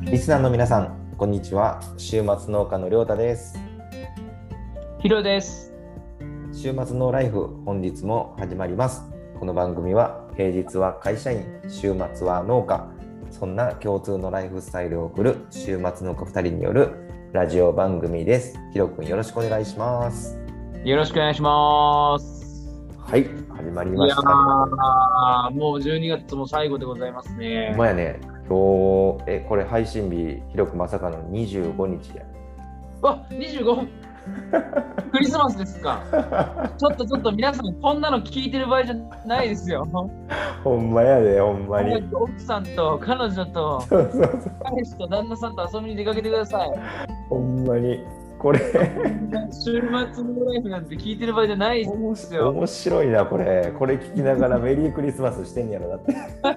リスナーの皆さん、こんにちは。週末農家のりょうたです。 ひろです。 週末のライフ、本日も始まります。この番組は、平日は会社員、週末は農家、そんな共通のライフスタイルを送る週末農家2人によるラジオ番組です。ひろくん、よろしくお願いします。 よろしくお願いします。 はい、始まりまいやした。 もう12月も最後でございますね。 ほんまやね、今日、これ配信日、ひろくんまさかの25日や。 25クリスマスですか。ちょっと皆さん、こんなの聞いてる場合じゃないですよ。 ほんまやで、ほんまに。 奥さんと彼女とそうそうそう。 彼氏と旦那さんと遊びに出かけてください。 ほんまに。これ週末のライフなんて聞いてる場合じゃないですよ。 面白いな、これ聞きながらメリークリスマスしてんやろ、だって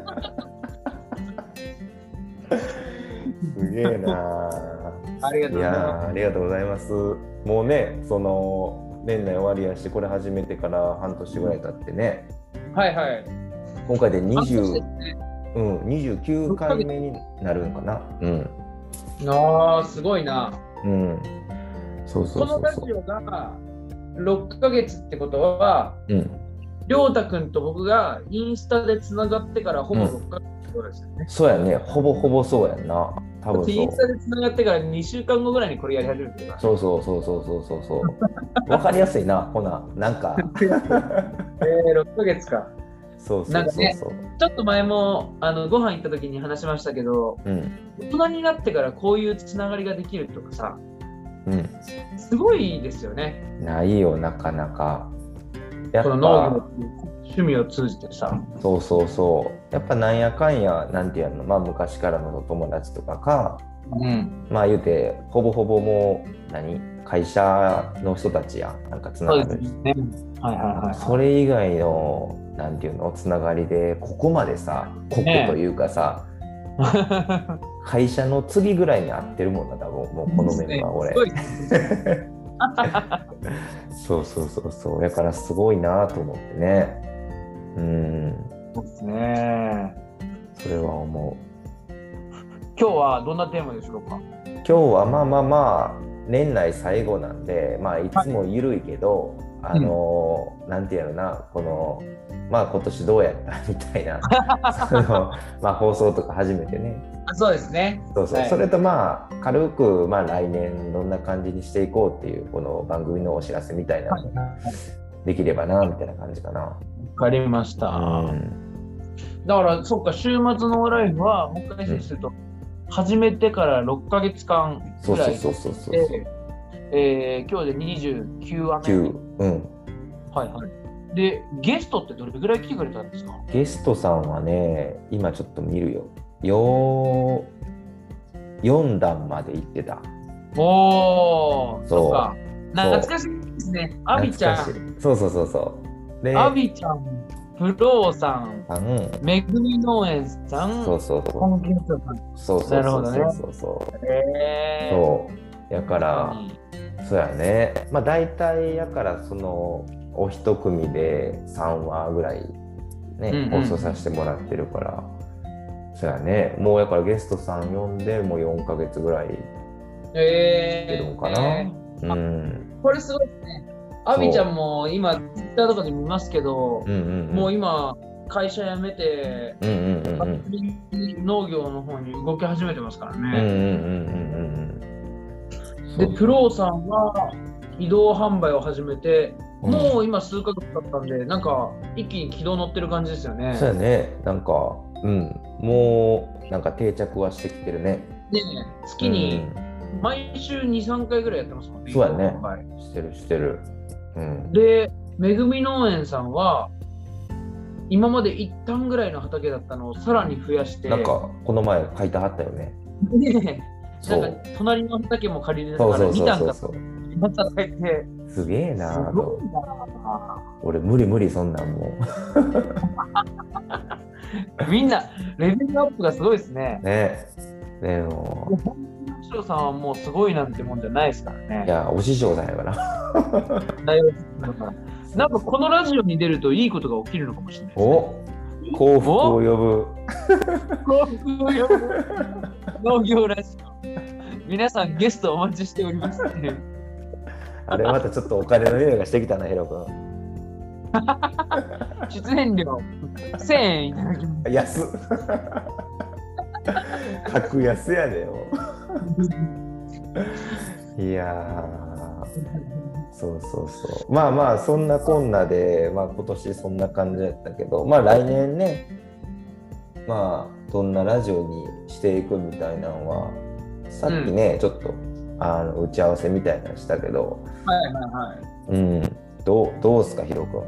すげえな。 ありがとうございます。 ありがとうございます。もうね、その年内終わりやし、これ始めてから半年ぐらい経ってね、 はいはい。 今回で20、 ね、 29回目になるのかな。 すごいな。 そうこのラジオが6ヶ月ってことは、りょうたくんと僕がインスタでつながってからほぼ6ヶ月ってことですよね。 そうやね、ほぼそうやんな。多分そう。 インスタでつながってから2週間後ぐらいにこれやり始めてるから。 そう。わかりやすいな、ほな、なんか。 6ヶ月か。 そう。 なんかね、ちょっと前もご飯行った時に話しましたけど、大人になってからこういうつながりができるとかさ、すごいですよね。 ないよ、なかなか。 やっぱこの農業趣味を通じてさ。 そう。やっぱなんやかんや、なんていうの、まあ昔からの友達とかか、まあ言うて、ほぼもう、会社の人たちや、なんかつながる。そうですね。それ以外の、なんていうの、つながりで、ここまでさ、濃くというかさ、会社の次ぐらいに合ってるもんな、多分もうこのメンバー、俺。そうだからすごいなと思ってね。 そうですね。 それは思う。 今日はどんなテーマでしょうか。 今日はまあ年内最後なんで、まあいつも緩いけど、なんていうのな、このまあ今年どうやったみたいなまあ放送とか初めてね。 そうですね。 そう、それとまあ軽くまあ来年どんな感じにしていこうっていうこの番組のお知らせみたいなのできればなみたいな感じかな。 わかりました。だからそっか、週末のライフはもう一回説明すると、始めてから6ヶ月間ぐらいで、今日で29話目。で、ゲストってどれぐらい来てくれたんですか？ ゲストさんはね、今ちょっと見るよ。4段まで行ってた。 そうか。懐かしいですね。アビちゃん。 そう。 で、アビちゃん、プローさん、めぐみ農園さん、 そう。 なるほどね。 やから、そうやね。まあ大体やからそのお一組で3話ぐらいね、放送させてもらってるから、そうやね。もうやからゲストさん呼んでもう4ヶ月ぐらいしてるのかな。 これすごいですね。アビちゃんも今ツイッターとかで見ますけど、もう今会社辞めて、農業の方に動き始めてますからね。で、プローさんは移動販売を始めて、もう今数ヶ月経ったんで、なんか一気に軌道乗ってる感じですよね。 そうやね。なんか、もうなんか定着はしてきてるね。 月に毎週2、3回ぐらいやってますもんね。 そうやね。してる。 で、めぐみ農園さんは今まで一旦ぐらいの畑だったのをさらに増やして、 なんかこの前書いてはったよね。 なんか隣の畑も借りれたから2段か叩いて。すげえな。俺無理そんなんもう。みんなレベルアップがすごいですね。 でも師匠さんはもうすごいなんてもんじゃないですからね。 いや、お師匠さんやからなんかこのラジオに出るといいことが起きるのかもしれないですね。 幸福を呼ぶ。 幸福を呼ぶ農業ラジオ。皆さんゲストお待ちしておりますね。 あれまたちょっとお金の匂いがしてきたな、ヒロ君。 出演料1000円いただきます。 安っ。格安やでよ。いやそうそうそう。まあまあそんなこんなで、まあ今年そんな感じだったけど、まあ来年ね、まあどんなラジオにしていくみたいなのは、さっきね、ちょっと打ち合わせみたいなのしたけど、 はいはいはい。 うん、どうすか、ヒロ君。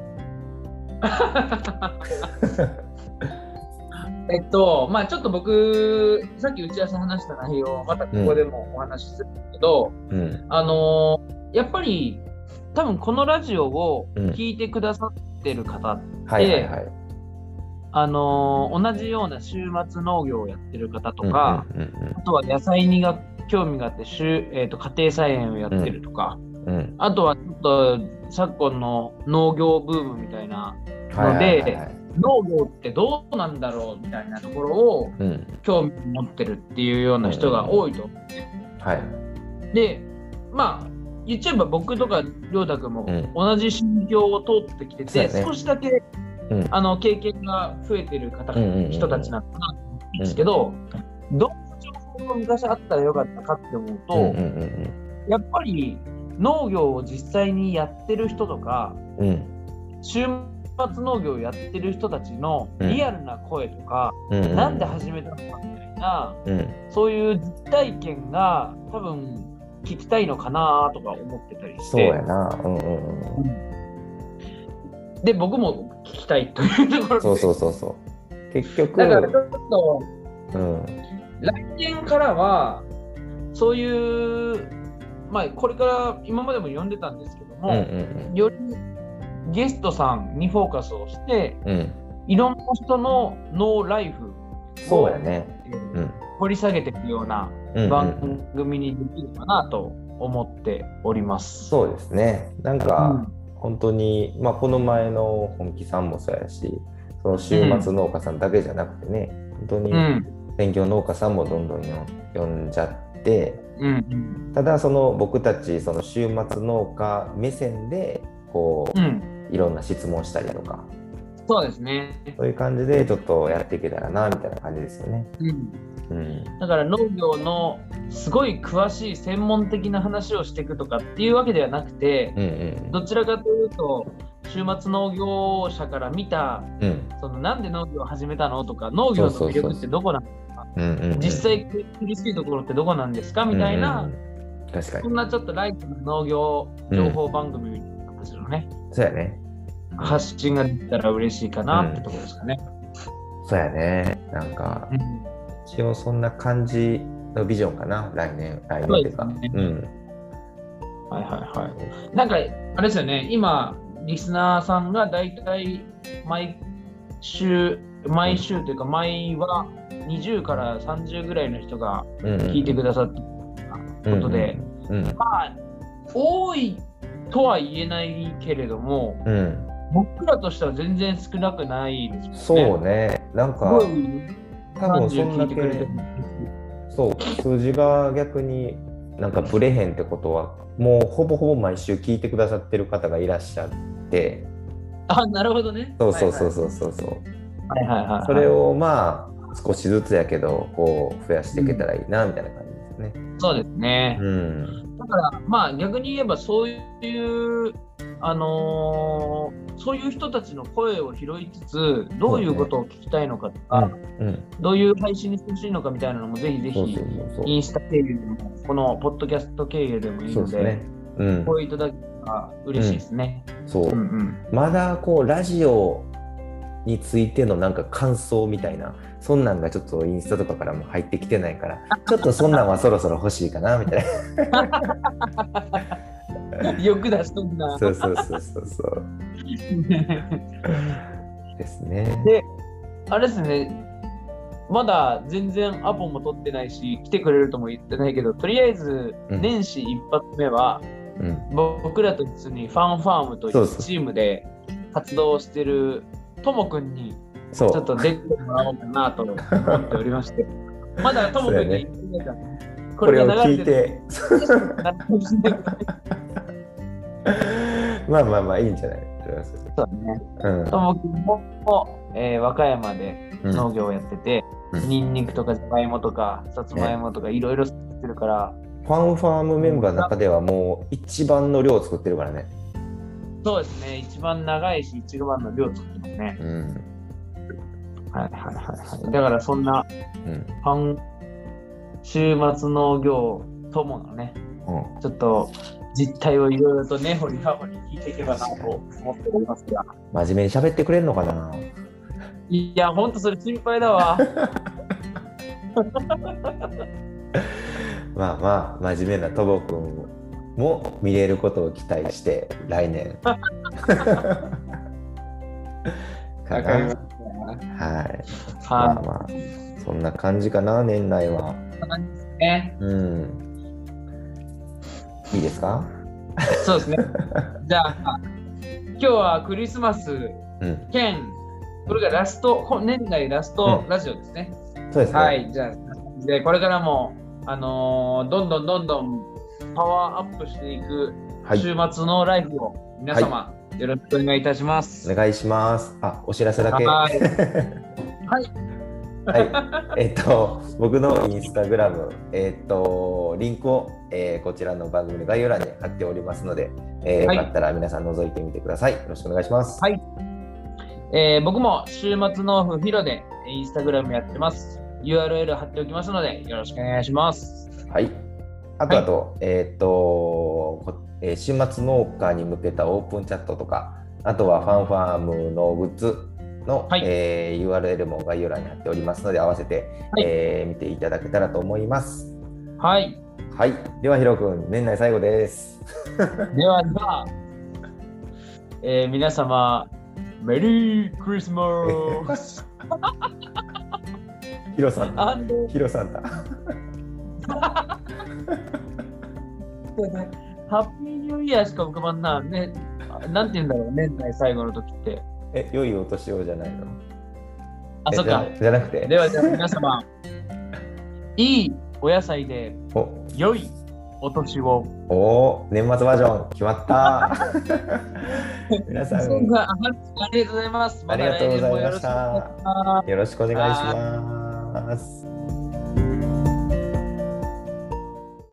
まあちょっと僕さっき打ち合わせ話した内容をまたここでもお話しするけど、やっぱり多分このラジオを聞いてくださってる方って、同じような週末農業をやってる方とか、あとは野菜に興味があって家庭菜園をやってるとか、あとはちょっと昨今の農業ブームみたいなので、農業ってどうなんだろうみたいなところを興味を持ってるっていうような人が多いと思って、でまあ言っちゃえば僕とか亮太君も同じ心境を通ってきてて、少しだけ、経験が増えてる人たちなのかなと思うんですけど、どんな情報が昔あったらよかったかって思うと、やっぱり農業を実際にやってる人とか、週末農業をやってる人たちのリアルな声とか、なんで始めたのかみたいな、そういう実体験が多分聞きたいのかなとか思ってたりして、 そうやな、 で僕も聞きたいというところで、 そう結局だからちょっと、来年からはそういうまあこれから今までも読んでたんですけども、よりゲストさんにフォーカスをして、いろんな人のノーライフを掘り下げていくような番組にできるかなと思っております。 そうですね。なんか、本当に、まあ、この前の本気さんもそうやし、その週末農家さんだけじゃなくてね、本当に専業農家さんもどんどん呼んじゃって、ただその僕たちその週末農家目線でこう、いろんな質問したりとか、 そうですね、 そういう感じでちょっとやっていけたらなみたいな感じですよね。 だから農業のすごい詳しい専門的な話をしていくとかっていうわけではなくて、どちらかというと週末農業者から見た、そのなんで農業を始めたのとか、農業の魅力ってどこなんですか、実際苦しいところってどこなんですかみたいな、 確かにそんなちょっとライトな農業情報番組みたいな形のね、 そうやね、 発信ができたら嬉しいかなってところですかね。 そうやね、なんか、一応そんな感じのビジョンかな、来年っていうか。 なんかあれですよね、今リスナーさんがだいたい毎週というか毎話20から30ぐらいの人が聞いてくださっていることで、まあ多いとは言えないけれども、僕らとしては全然少なくないですね。 そうね、なんか多分そんだけ数字が逆になんかブレへんってことは、もうほぼほぼ毎週聞いてくださってる方がいらっしゃって、 なるほどね。 そうそれをまあ少しずつやけどこう増やしていけたらいいなみたいな感じですね。 そうですね。だからまあ逆に言えばそういうそういう人たちの声を拾いつつ、どういうことを聞きたいのかとか、どういう配信にしてほしいのかみたいなのもぜひぜひインスタ経由でもこのポッドキャスト経由でもいいので、声いただけたら嬉しいですね。 まだこうラジオについてのなんか感想みたいな、そんなんがちょっとインスタとかからも入ってきてないから、ちょっとそんなんはそろそろ欲しいかなみたいな。 欲だそんな。 そうですね。 で、あれですね、まだ全然アポも取ってないし来てくれるとも言ってないけど、とりあえず年始一発目は、僕らと一緒にファンファームというチームで活動してるともくんにちょっと出てもらおうかなと思っておりまして。まだともくんに言ってたね。 これを聞いて。まあまあまあいいんじゃない。 そうね。ともくんも、和歌山で農業をやってて、ニンニクとかじゃがいもとかさつまいもとかいろいろ作ってるから、 ファンファームメンバーの中ではもう一番の量を作ってるからね。 そうですね。一番長いし一番の量を作ってますね。はいはいはいはい。だからそんな、週末農業とものね、ちょっと実態をいろいろとね、掘り葉掘り聞いていけばなと思っておりますが。 真面目に喋ってくれるのかな。 いや、ほんとそれ心配だわ。 まあまあ、真面目なとぼくんも見れることを期待して、来年。かな。はい。まあまあ、そんな感じかな、年内は。いいですか？ そうですね。じゃあ、今日はクリスマス兼、これがラスト、年内ラストラジオですね。 そうですね。 はい、じゃあ、これからも、どんどんパワーアップしていく週末のライフを皆様、よろしくお願いいたします。 お願いします。お知らせだけ。 はい。 僕のインスタグラム、リンクを、こちらの番組の概要欄に貼っておりますので、よかったら皆さん覗いてみてください。よろしくお願いします。 はい。僕も週末のオフヒロでインスタグラムやってます。URL 貼っておきますので、よろしくお願いします。 はい。あと、週末農家に向けたオープンチャットとか、あとはファンファームのグッズの、URL も概要欄に貼っておりますので、合わせて、見ていただけたらと思います。 はい。 はい。では、ヒロ君、年内最後です。 では、皆様、メリークリスマスヒロさんだ。ヒロさんだ。 ハッピーニューイヤーしか浮かばんな。ね、なんて言うんだろう、年内最後の時って。 良いお年をじゃないの？ そっか。 じゃなくて。 では、皆様、いいお野菜で、良いお年を。 年末バージョン、決まった。皆さん、ありがとうございます。 ありがとうございました。よろしくお願いします。